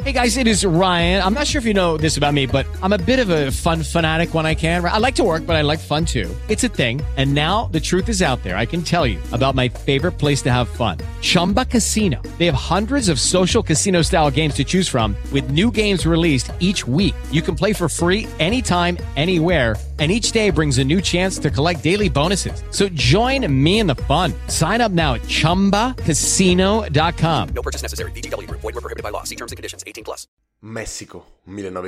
Hey guys, it is Ryan. I'm not sure if you know this about me, but I'm a bit of a fun fanatic when I can. I like to work, but I like fun too. It's a thing. And now the truth is out there. I can tell you about my favorite place to have fun. Chumba Casino. They have hundreds of social casino style games to choose from with new games released each week. You can play for free anytime, anywhere. And each day brings a new chance to collect daily bonuses. So join me in the fun. Sign up now at ChumbaCasino.com. No purchase necessary. VGW Group. Void where prohibited by law. See terms and conditions. 18+. Messico,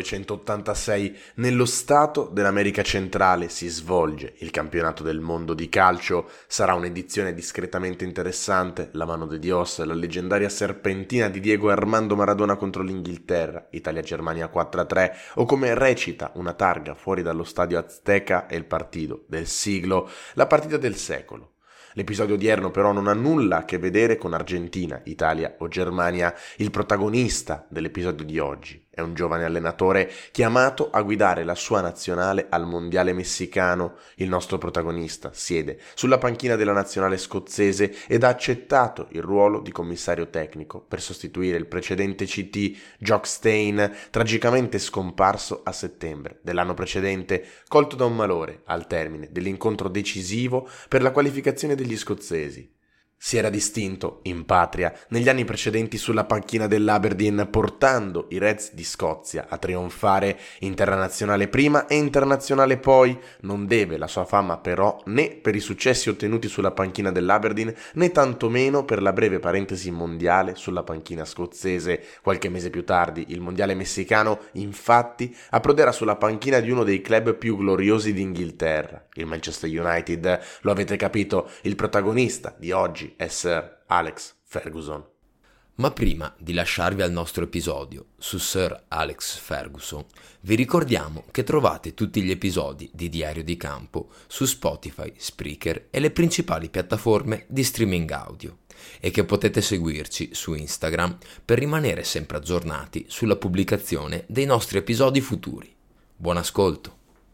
1986. Nello stato dell'America centrale si svolge il campionato del mondo di calcio. Sarà un'edizione discretamente interessante. La mano de Dios, la leggendaria serpentina di Diego Armando Maradona contro l'Inghilterra, Italia-Germania 4-3, o come recita una targa fuori dallo stadio Azteca è il partito del siglo, la partita del secolo. L'episodio odierno però non ha nulla a che vedere con Argentina, Italia o Germania. Il protagonista dell'episodio di oggi è un giovane allenatore chiamato a guidare la sua nazionale al mondiale messicano. Il nostro protagonista siede sulla panchina della nazionale scozzese ed ha accettato il ruolo di commissario tecnico per sostituire il precedente CT Jock Stein, tragicamente scomparso a settembre dell'anno precedente, colto da un malore al termine dell'incontro decisivo per la qualificazione degli scozzesi. Si era distinto in patria negli anni precedenti sulla panchina dell'Aberdeen, portando i Reds di Scozia a trionfare in terra nazionale prima e internazionale poi. Non deve la sua fama però né per i successi ottenuti sulla panchina dell'Aberdeen né tantomeno per la breve parentesi mondiale sulla panchina scozzese. Qualche mese più tardi il mondiale messicano infatti approderà sulla panchina di uno dei club più gloriosi d'Inghilterra, il Manchester United. Lo avete capito, il protagonista di oggi è Sir Alex Ferguson. Ma prima di lasciarvi al nostro episodio su Sir Alex Ferguson, vi ricordiamo che trovate tutti gli episodi di Diario di Campo su Spotify, Spreaker e le principali piattaforme di streaming audio e che potete seguirci su Instagram per rimanere sempre aggiornati sulla pubblicazione dei nostri episodi futuri. Buon ascolto!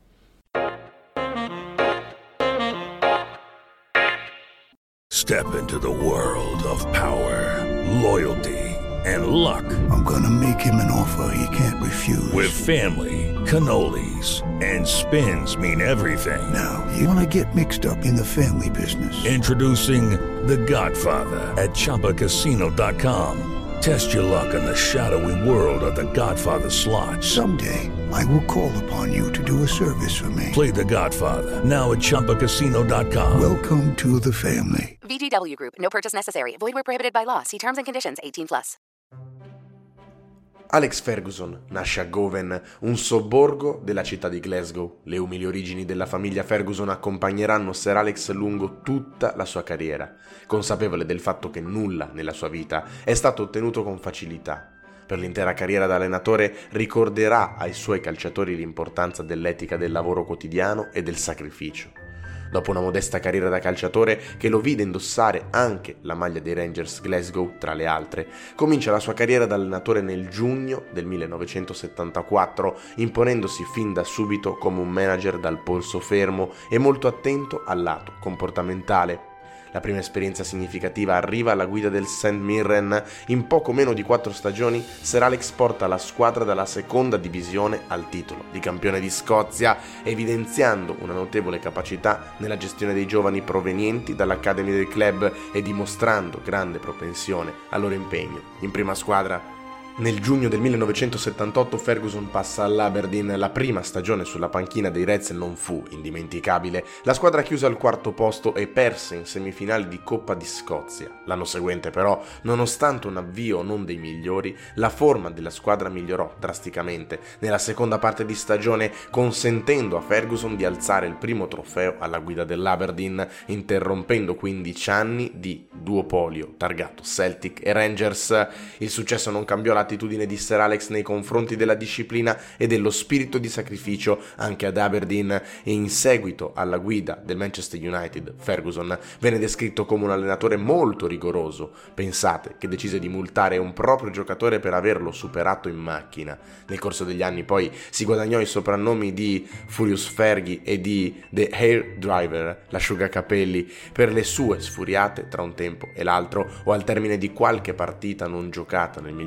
Step into the world of power, loyalty, and luck. I'm gonna make him an offer he can't refuse. With family, cannolis, and spins mean everything. Now, you wanna get mixed up in the family business. Introducing The Godfather at ChumbaCasino.com. Test your luck in the shadowy world of The Godfather slot. Someday, I will call upon you to do a service for me. Play The Godfather now at ChumbaCasino.com. Welcome to the family. VGW Group. No purchase necessary. Void where prohibited by law. See terms and conditions. 18+. Alex Ferguson nasce a Govan, un sobborgo della città di Glasgow. Le umili origini della famiglia Ferguson accompagneranno Sir Alex lungo tutta la sua carriera, consapevole del fatto che nulla nella sua vita è stato ottenuto con facilità. Per l'intera carriera da allenatore ricorderà ai suoi calciatori l'importanza dell'etica del lavoro quotidiano e del sacrificio. Dopo una modesta carriera da calciatore che lo vide indossare anche la maglia dei Rangers Glasgow, tra le altre, comincia la sua carriera da allenatore nel giugno del 1974, imponendosi fin da subito come un manager dal polso fermo e molto attento al lato comportamentale. La prima esperienza significativa arriva alla guida del St. Mirren. In poco meno di 4 stagioni, Sir Alex porta la squadra dalla seconda divisione al titolo di campione di Scozia, evidenziando una notevole capacità nella gestione dei giovani provenienti dall'Academy del club e dimostrando grande propensione al loro impegno in prima squadra. Nel giugno del 1978 Ferguson passa all'Aberdeen. La prima stagione sulla panchina dei Reds non fu indimenticabile. La squadra chiuse al 4º posto e perse in semifinali di Coppa di Scozia. L'anno seguente però, nonostante un avvio non dei migliori, la forma della squadra migliorò drasticamente nella seconda parte di stagione, consentendo a Ferguson di alzare il primo trofeo alla guida dell'Aberdeen, interrompendo 15 anni di duopolio targato Celtic e Rangers. Il successo non cambiò l'attitudine di Sir Alex nei confronti della disciplina e dello spirito di sacrificio anche ad Aberdeen, e in seguito alla guida del Manchester United Ferguson venne descritto come un allenatore molto rigoroso. Pensate che decise di multare un proprio giocatore per averlo superato in macchina. Nel corso degli anni poi si guadagnò i soprannomi di Furious Fergie e di The Hair Driver, l'asciugacapelli, per le sue sfuriate tra un tempo e l'altro o al termine di qualche partita non giocata nel migliore dei modi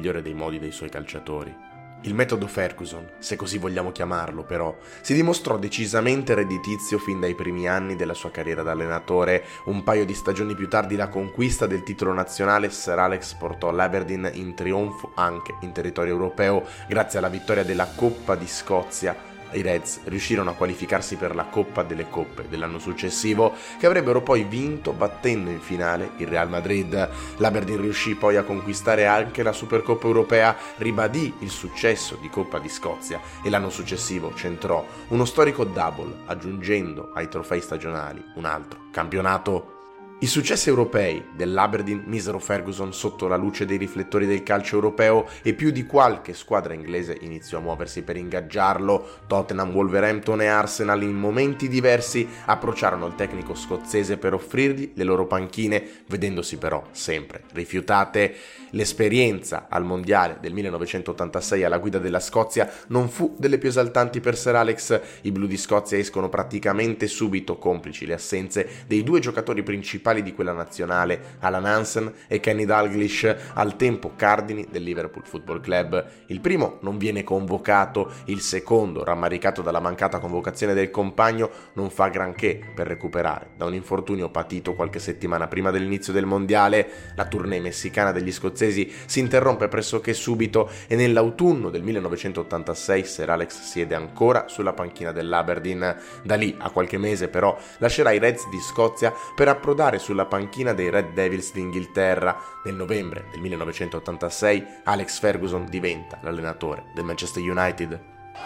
modi dei suoi calciatori. Il metodo Ferguson, se così vogliamo chiamarlo però, si dimostrò decisamente redditizio fin dai primi anni della sua carriera da allenatore. Un paio di stagioni più tardi la conquista del titolo nazionale Sir Alex portò l'Aberdeen in trionfo anche in territorio europeo grazie alla vittoria della Coppa di Scozia. I Reds riuscirono a qualificarsi per la Coppa delle Coppe dell'anno successivo, che avrebbero poi vinto battendo in finale il Real Madrid. L'Aberdeen riuscì poi a conquistare anche la Supercoppa europea, ribadì il successo di Coppa di Scozia e l'anno successivo centrò uno storico double, aggiungendo ai trofei stagionali un altro campionato. I successi europei dell'Aberdeen misero Ferguson sotto la luce dei riflettori del calcio europeo e più di qualche squadra inglese iniziò a muoversi per ingaggiarlo. Tottenham, Wolverhampton e Arsenal in momenti diversi approcciarono il tecnico scozzese per offrirgli le loro panchine, vedendosi però sempre rifiutate. L'esperienza al mondiale del 1986 alla guida della Scozia non fu delle più esaltanti per Sir Alex. I blu di Scozia escono praticamente subito, complici le assenze dei due giocatori principali di quella nazionale, Alan Hansen e Kenny Dalglish, al tempo cardini del Liverpool Football Club. Il primo non viene convocato, il secondo, rammaricato dalla mancata convocazione del compagno, non fa granché per recuperare da un infortunio patito qualche settimana prima dell'inizio del mondiale. La tournée messicana degli scozzesi si interrompe pressoché subito e nell'autunno del 1986 Sir Alex siede ancora sulla panchina dell'Aberdeen. Da lì a qualche mese però lascerà i Reds di Scozia per approdare sulla panchina dei Red Devils d'Inghilterra. Nel novembre del 1986 Alex Ferguson diventa l'allenatore del Manchester United.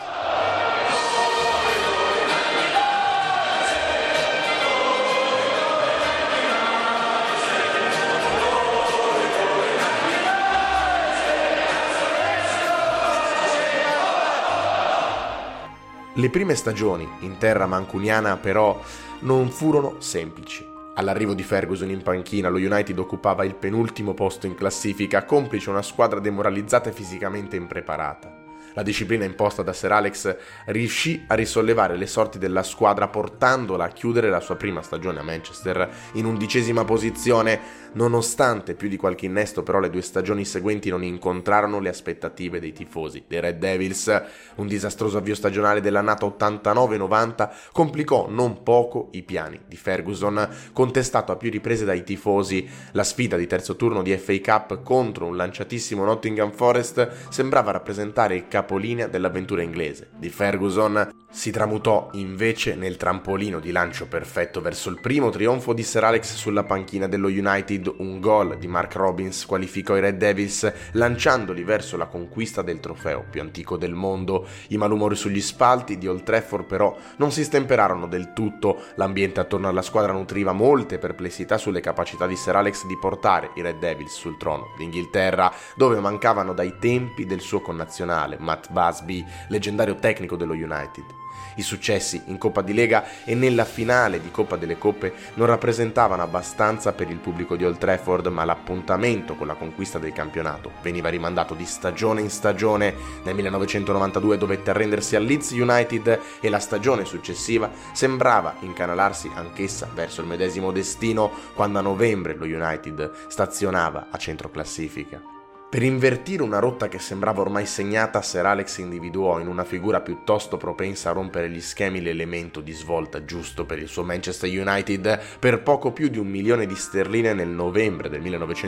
Le prime stagioni in terra mancuniana però non furono semplici. All'arrivo di Ferguson in panchina lo United occupava il penultimo posto in classifica, complice una squadra demoralizzata e fisicamente impreparata. La disciplina imposta da Sir Alex riuscì a risollevare le sorti della squadra portandola a chiudere la sua prima stagione a Manchester in 11ª posizione. Nonostante più di qualche innesto però le due stagioni seguenti non incontrarono le aspettative dei tifosi dei Red Devils. Un disastroso avvio stagionale dell'annata 89-90 complicò non poco i piani di Ferguson. Contestato a più riprese dai tifosi, la sfida di terzo turno di FA Cup contro un lanciatissimo Nottingham Forest sembrava rappresentare il capolinea dell'avventura inglese di Ferguson. Si tramutò invece nel trampolino di lancio perfetto verso il primo trionfo di Sir Alex sulla panchina dello United. Un gol di Mark Robins qualificò i Red Devils lanciandoli verso la conquista del trofeo più antico del mondo. I malumori sugli spalti di Old Trafford però non si stemperarono del tutto. L'ambiente attorno alla squadra nutriva molte perplessità sulle capacità di Sir Alex di portare i Red Devils sul trono d'Inghilterra, dove mancavano dai tempi del suo connazionale Matt Busby, leggendario tecnico dello United. I successi in Coppa di Lega e nella finale di Coppa delle Coppe non rappresentavano abbastanza per il pubblico di Old Trafford, ma l'appuntamento con la conquista del campionato veniva rimandato di stagione in stagione. Nel 1992 dovette arrendersi al Leeds United e la stagione successiva sembrava incanalarsi anch'essa verso il medesimo destino, quando a novembre lo United stazionava a centro classifica. Per invertire una rotta che sembrava ormai segnata, Sir Alex individuò in una figura piuttosto propensa a rompere gli schemi l'elemento di svolta giusto per il suo Manchester United. Per poco più di £1 milione nel novembre del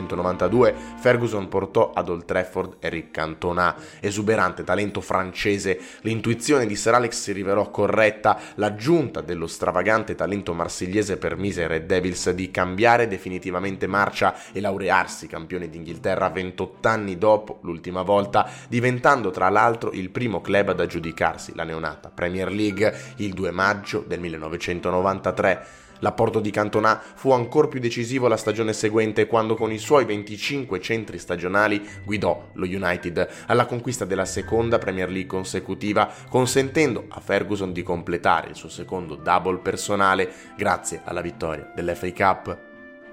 1992, Ferguson portò ad Old Trafford Eric Cantona, esuberante talento francese. L'intuizione di Sir Alex si rivelò corretta, l'aggiunta dello stravagante talento marsigliese permise ai Red Devils di cambiare definitivamente marcia e laurearsi campioni d'Inghilterra 28 anni dopo l'ultima volta, diventando tra l'altro il primo club ad aggiudicarsi la neonata Premier League il 2 maggio del 1993. L'apporto di Cantona fu ancor più decisivo la stagione seguente, quando con i suoi 25 centri stagionali guidò lo United alla conquista della seconda Premier League consecutiva, consentendo a Ferguson di completare il suo secondo double personale grazie alla vittoria dell'FA Cup.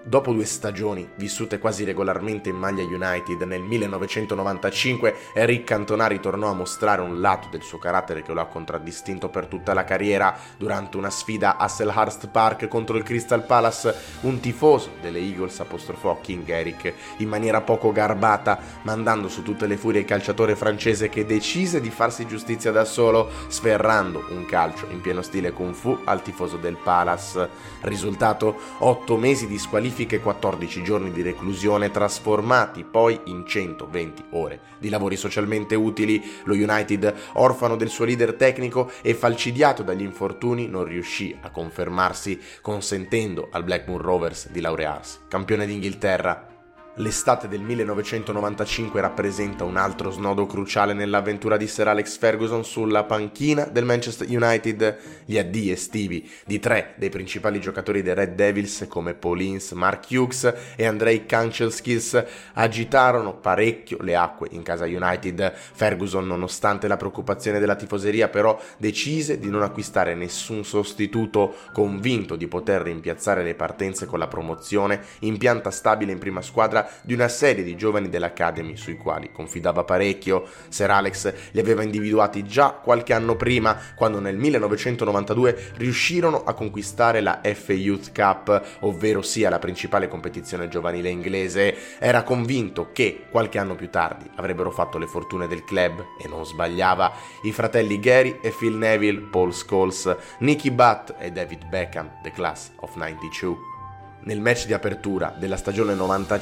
Dopo 2 stagioni vissute quasi regolarmente in maglia United, nel 1995 Eric Cantona ritornò a mostrare un lato del suo carattere che lo ha contraddistinto per tutta la carriera. Durante una sfida a Selhurst Park contro il Crystal Palace, un tifoso delle Eagles apostrofò King Eric in maniera poco garbata, mandando su tutte le furie il calciatore francese, che decise di farsi giustizia da solo, sferrando un calcio in pieno stile Kung Fu al tifoso del Palace. Risultato: 8 mesi di squalifica e 14 giorni di reclusione, trasformati poi in 120 ore di lavori socialmente utili. Lo United, orfano del suo leader tecnico e falcidiato dagli infortuni, non riuscì a confermarsi, consentendo al Blackburn Rovers di laurearsi campione d'Inghilterra. L'estate del 1995 rappresenta un altro snodo cruciale nell'avventura di Sir Alex Ferguson sulla panchina del Manchester United. Gli addii estivi di 3 dei principali giocatori dei Red Devils come Paul Ince, Mark Hughes e Andrei Kanchelskis agitarono parecchio le acque in casa United. Ferguson, nonostante la preoccupazione della tifoseria, però decise di non acquistare nessun sostituto, convinto di poter rimpiazzare le partenze con la promozione in pianta stabile in prima squadra di una serie di giovani dell'Academy sui quali confidava parecchio. Sir Alex li aveva individuati già qualche anno prima, quando nel 1992 riuscirono a conquistare la FA Youth Cup, ovvero sia la principale competizione giovanile inglese. Era convinto che qualche anno più tardi avrebbero fatto le fortune del club, e non sbagliava. I fratelli Gary e Phil Neville, Paul Scholes, Nicky Butt e David Beckham, the class of 92. Nel match di apertura della stagione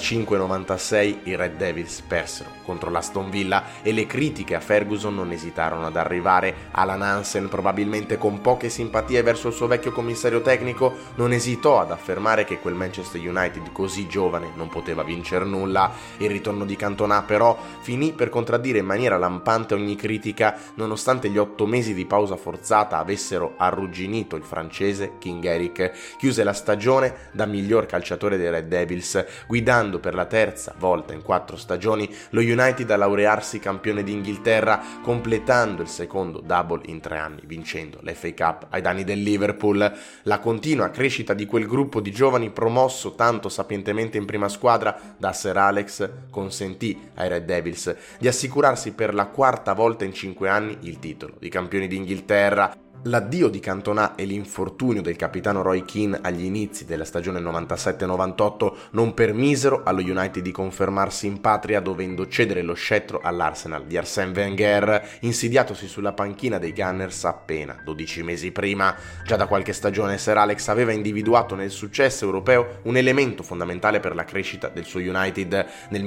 95-96 i Red Devils persero contro l'Aston Villa e le critiche a Ferguson non esitarono ad arrivare. Alan Hansen, probabilmente con poche simpatie verso il suo vecchio commissario tecnico, non esitò ad affermare che quel Manchester United così giovane non poteva vincere nulla. Il ritorno di Cantona però finì per contraddire in maniera lampante ogni critica, nonostante gli 8 mesi di pausa forzata avessero arrugginito il francese. King Eric chiuse la stagione da miglior calciatore dei Red Devils, guidando per la terza volta in 4 stagioni lo United a laurearsi campione d'Inghilterra, completando il secondo double in 3 anni, vincendo l'FA Cup ai danni del Liverpool. La continua crescita di quel gruppo di giovani, promosso tanto sapientemente in prima squadra da Sir Alex, consentì ai Red Devils di assicurarsi per la 4ª volta in 5 anni il titolo di campioni d'Inghilterra. L'addio di Cantona e l'infortunio del capitano Roy Keane agli inizi della stagione 97-98 non permisero allo United di confermarsi in patria, dovendo cedere lo scettro all'Arsenal di Arsène Wenger, insidiatosi sulla panchina dei Gunners appena 12 mesi prima. Già da qualche stagione Sir Alex aveva individuato nel successo europeo un elemento fondamentale per la crescita del suo United. Nel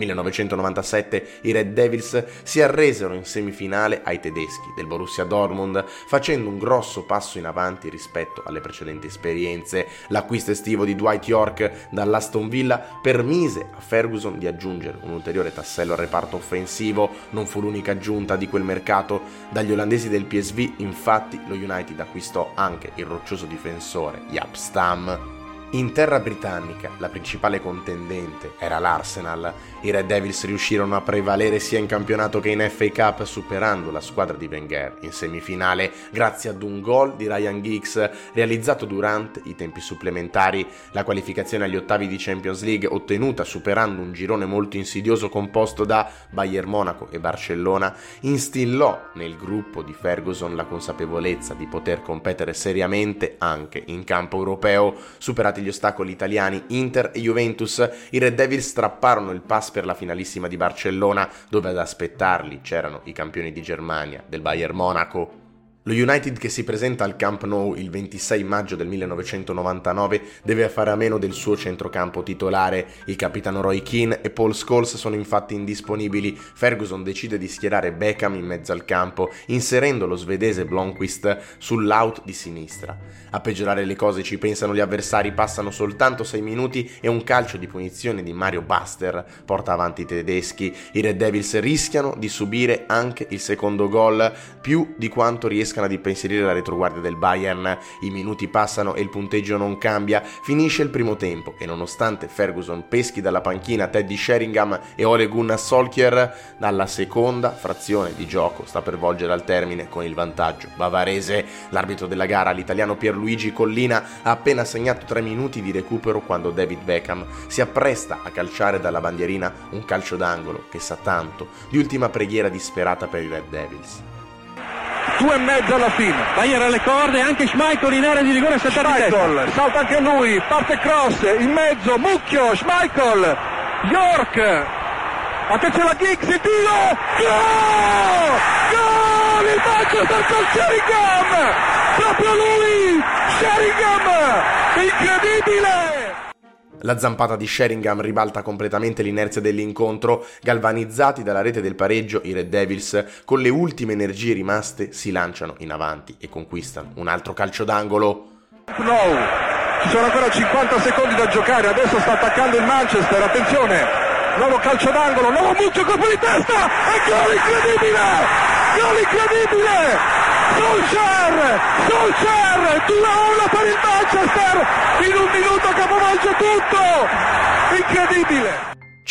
1997 i Red Devils si arresero in semifinale ai tedeschi del Borussia Dortmund, facendo un grosso passo in avanti rispetto alle precedenti esperienze. L'acquisto estivo di Dwight York dall'Aston Villa permise a Ferguson di aggiungere un ulteriore tassello al reparto offensivo. Non fu l'unica aggiunta di quel mercato. Dagli olandesi del PSV, infatti, lo United acquistò anche il roccioso difensore Jaap Stam. In terra britannica, la principale contendente era l'Arsenal. I Red Devils riuscirono a prevalere sia in campionato che in FA Cup, superando la squadra di Wenger in semifinale grazie ad un gol di Ryan Giggs realizzato durante i tempi supplementari. La qualificazione agli ottavi di Champions League, ottenuta superando un girone molto insidioso composto da Bayern Monaco e Barcellona, instillò nel gruppo di Ferguson la consapevolezza di poter competere seriamente anche in campo europeo. Superati gli ostacoli italiani, Inter e Juventus, i Red Devils strapparono il pass per la finalissima di Barcellona, dove ad aspettarli c'erano i campioni di Germania del Bayern Monaco. Lo United, che si presenta al Camp Nou il 26 maggio del 1999, deve fare a meno del suo centrocampo titolare. Il capitano Roy Keane e Paul Scholes sono infatti indisponibili. Ferguson decide di schierare Beckham in mezzo al campo, inserendo lo svedese Blomqvist sull'out di sinistra. A peggiorare le cose ci pensano gli avversari, passano soltanto 6 minuti e un calcio di punizione di Mario Buster porta avanti i tedeschi. I Red Devils rischiano di subire anche il secondo gol, più di quanto riescano riescano ad impensierire la retroguardia del Bayern. I minuti passano e il punteggio non cambia. Finisce il primo tempo e nonostante Ferguson peschi dalla panchina Teddy Sheringham e Ole Gunnar Solskjaer, dalla seconda frazione di gioco sta per volgere al termine con il vantaggio bavarese. L'arbitro della gara, l'italiano Pierluigi Collina, ha appena segnato 3 minuti di recupero quando David Beckham si appresta a calciare dalla bandierina un calcio d'angolo che sa tanto di ultima preghiera disperata per i Red Devils. 2,5 alla fine. Bayern alle corde, anche Schmeichel in area di rigore, Schmeichel salta anche lui, parte cross in mezzo, Mucchio, Schmeichel, York, attenzione a Giggs, il tiro, gol! Gol! Il Manchester con Sheringham, proprio lui, Sheringham, incredibile! La zampata di Sheringham ribalta completamente l'inerzia dell'incontro. Galvanizzati dalla rete del pareggio, i Red Devils, con le ultime energie rimaste, si lanciano in avanti e conquistano un altro calcio d'angolo. No, ci sono ancora 50 secondi da giocare, adesso sta attaccando il Manchester, attenzione, nuovo calcio d'angolo, nuovo Mucchio, colpo di testa, e gol incredibile! Gol incredibile! Solskjaer, 2-1 per il Manchester, in un minuto capovolge tutto, incredibile!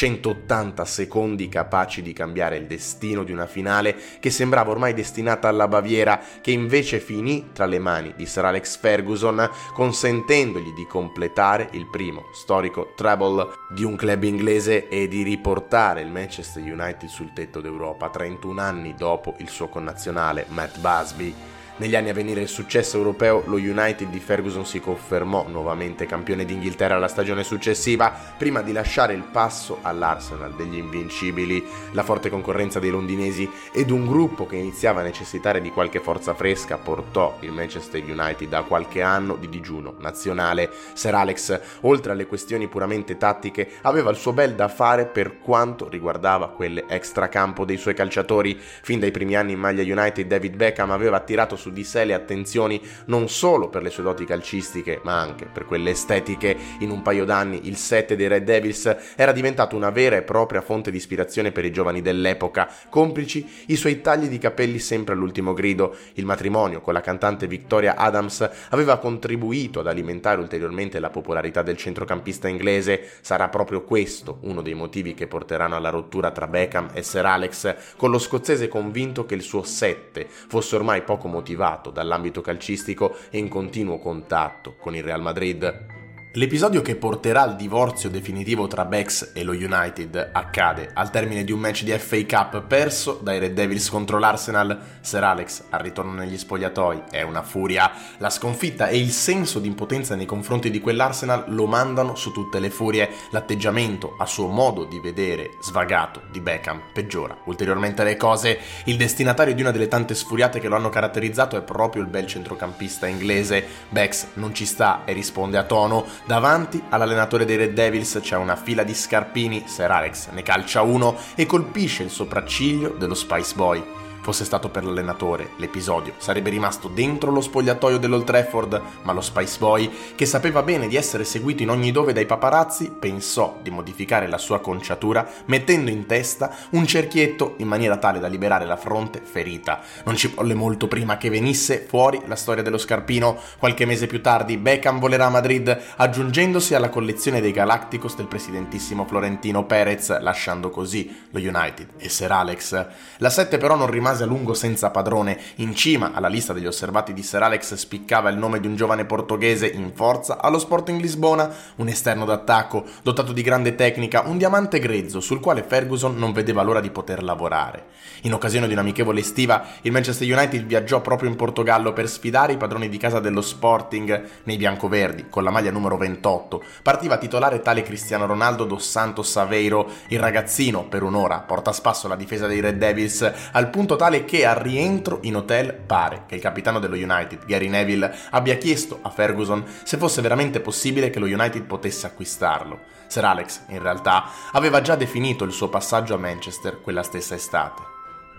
180 secondi capaci di cambiare il destino di una finale che sembrava ormai destinata alla Baviera, che invece finì tra le mani di Sir Alex Ferguson, consentendogli di completare il primo storico treble di un club inglese e di riportare il Manchester United sul tetto d'Europa 31 anni dopo il suo connazionale Matt Busby. Negli anni a venire il successo europeo, lo United di Ferguson si confermò nuovamente campione d'Inghilterra la stagione successiva, prima di lasciare il passo all'Arsenal degli invincibili. La forte concorrenza dei londinesi ed un gruppo che iniziava a necessitare di qualche forza fresca portò il Manchester United a qualche anno di digiuno nazionale. Sir Alex, oltre alle questioni puramente tattiche, aveva il suo bel da fare per quanto riguardava quelle extracampo dei suoi calciatori. Fin dai primi anni in maglia United, David Beckham aveva attirato su di sé le attenzioni non solo per le sue doti calcistiche, ma anche per quelle estetiche. In un paio d'anni il 7 dei Red Devils era diventato una vera e propria fonte di ispirazione per i giovani dell'epoca, complici i suoi tagli di capelli sempre all'ultimo grido. Il matrimonio con la cantante Victoria Adams aveva contribuito ad alimentare ulteriormente la popolarità del centrocampista inglese. Sarà proprio questo uno dei motivi che porteranno alla rottura tra Beckham e Sir Alex, con lo scozzese convinto che il suo 7 fosse ormai poco motivato dall'ambito calcistico e in continuo contatto con il Real Madrid. L'episodio che porterà al divorzio definitivo tra Becks e lo United accade al termine di un match di FA Cup perso dai Red Devils contro l'Arsenal. Sir Alex, al ritorno negli spogliatoi, è una furia. La sconfitta e il senso di impotenza nei confronti di quell'Arsenal lo mandano su tutte le furie. L'atteggiamento, a suo modo di vedere, svagato di Beckham peggiora ulteriormente le cose. Il destinatario di una delle tante sfuriate che lo hanno caratterizzato è proprio il bel centrocampista inglese. Becks non ci sta e risponde a tono. Davanti all'allenatore dei Red Devils c'è una fila di scarpini. Sir Alex ne calcia uno e colpisce il sopracciglio dello Spice Boy. Fosse stato per l'allenatore, l'episodio sarebbe rimasto dentro lo spogliatoio dell'Old Trafford, ma lo Spice Boy, che sapeva bene di essere seguito in ogni dove dai paparazzi, pensò di modificare la sua conciatura mettendo in testa un cerchietto in maniera tale da liberare la fronte ferita. Non ci volle molto prima che venisse fuori la storia dello scarpino. Qualche mese più tardi Beckham volerà a Madrid, aggiungendosi alla collezione dei Galacticos del presidentissimo Florentino Perez, lasciando così lo United e Sir Alex. La 7 però non rimase a lungo senza padrone. In cima alla lista degli osservati di Sir Alex spiccava il nome di un giovane portoghese in forza allo Sporting Lisbona, un esterno d'attacco dotato di grande tecnica, un diamante grezzo sul quale Ferguson non vedeva l'ora di poter lavorare. In occasione di un'amichevole estiva, il Manchester United viaggiò proprio in Portogallo per sfidare i padroni di casa dello Sporting. Nei biancoverdi, con la maglia numero 28, partiva titolare tale Cristiano Ronaldo dos Santos Aveiro. Il ragazzino per un'ora porta a spasso la difesa dei Red Devils, al punto tale che al rientro in hotel pare che il capitano dello United, Gary Neville, abbia chiesto a Ferguson se fosse veramente possibile che lo United potesse acquistarlo. Sir Alex, in realtà, aveva già definito il suo passaggio a Manchester quella stessa estate.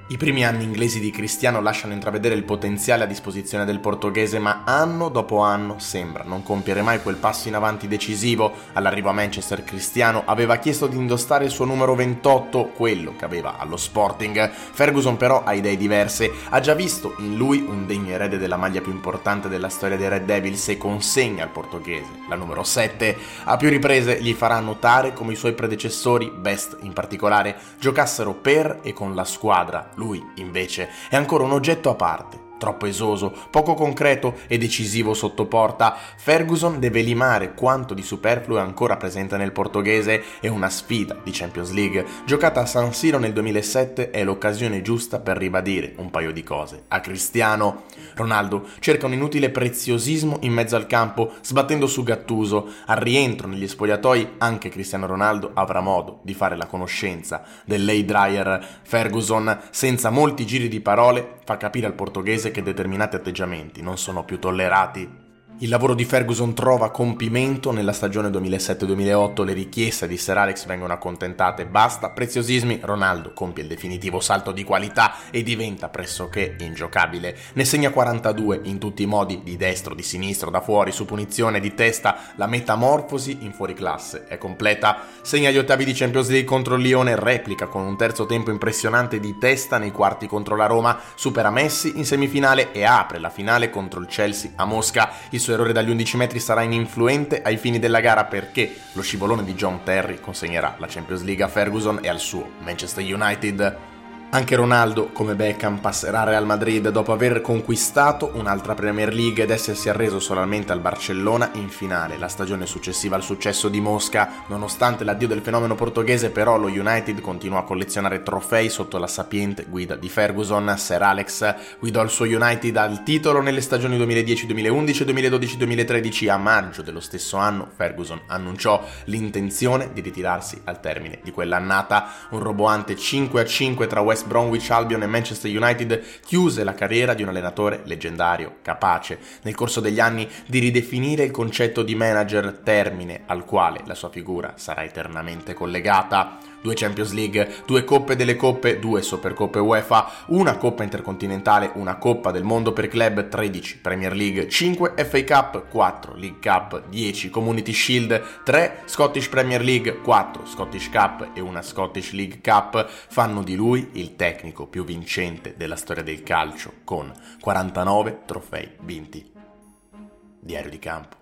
I primi anni inglesi di Cristiano lasciano intravedere il potenziale a disposizione del portoghese, ma anno dopo anno sembra non compiere mai quel passo in avanti decisivo. All'arrivo a Manchester Cristiano aveva chiesto di indossare il suo numero 28, quello che aveva allo Sporting. Ferguson però ha idee diverse, ha già visto in lui un degno erede della maglia più importante della storia dei Red Devils e consegna al portoghese la numero 7. A più riprese gli farà notare come i suoi predecessori, Best in particolare, giocassero per e con la squadra. Lui, invece, è ancora un oggetto a parte, troppo esoso, poco concreto e decisivo sotto porta. Ferguson deve limare quanto di superfluo è ancora presente nel portoghese e una sfida di Champions League giocata a San Siro nel 2007 è l'occasione giusta per ribadire un paio di cose a Cristiano. Ronaldo cerca un inutile preziosismo in mezzo al campo, sbattendo su Gattuso. Al rientro negli spogliatoi anche Cristiano Ronaldo avrà modo di fare la conoscenza dell'Hair Dryer. Ferguson, senza molti giri di parole, fa capire al portoghese che determinati atteggiamenti non sono più tollerati. Il lavoro di Ferguson trova compimento nella stagione 2007-2008, le richieste di Sir Alex vengono accontentate, basta preziosismi, Ronaldo compie il definitivo salto di qualità e diventa pressoché ingiocabile. Ne segna 42 in tutti i modi, di destro, di sinistro, da fuori, su punizione, di testa, la metamorfosi in fuoriclasse è completa. Segna gli ottavi di Champions League contro il Lione, replica con un terzo tempo impressionante di testa nei quarti contro la Roma, supera Messi in semifinale e apre la finale contro il Chelsea a Mosca. Il suo errore dagli 11 metri sarà ininfluente ai fini della gara perché lo scivolone di John Terry consegnerà la Champions League a Ferguson e al suo Manchester United. Anche Ronaldo, come Beckham, passerà al Real Madrid dopo aver conquistato un'altra Premier League ed essersi arreso solamente al Barcellona in finale, la stagione successiva al successo di Mosca. Nonostante l'addio del fenomeno portoghese, però, lo United continua a collezionare trofei sotto la sapiente guida di Ferguson. Sir Alex guidò il suo United al titolo nelle stagioni 2010-2011 e 2012-2013. A maggio dello stesso anno Ferguson annunciò l'intenzione di ritirarsi al termine di quell'annata. Un roboante 5-5 tra West Bromwich Albion e Manchester United chiuse la carriera di un allenatore leggendario, capace nel corso degli anni di ridefinire il concetto di manager, termine al quale la sua figura sarà eternamente collegata. 2 Champions League, 2 Coppe delle Coppe, 2 Supercoppe UEFA, una Coppa Intercontinentale, una Coppa del Mondo per club, 13 Premier League, 5 FA Cup, 4 League Cup, 10 Community Shield, 3 Scottish Premier League, 4 Scottish Cup e una Scottish League Cup fanno di lui il tecnico più vincente della storia del calcio, con 49 trofei vinti. Diario di campo.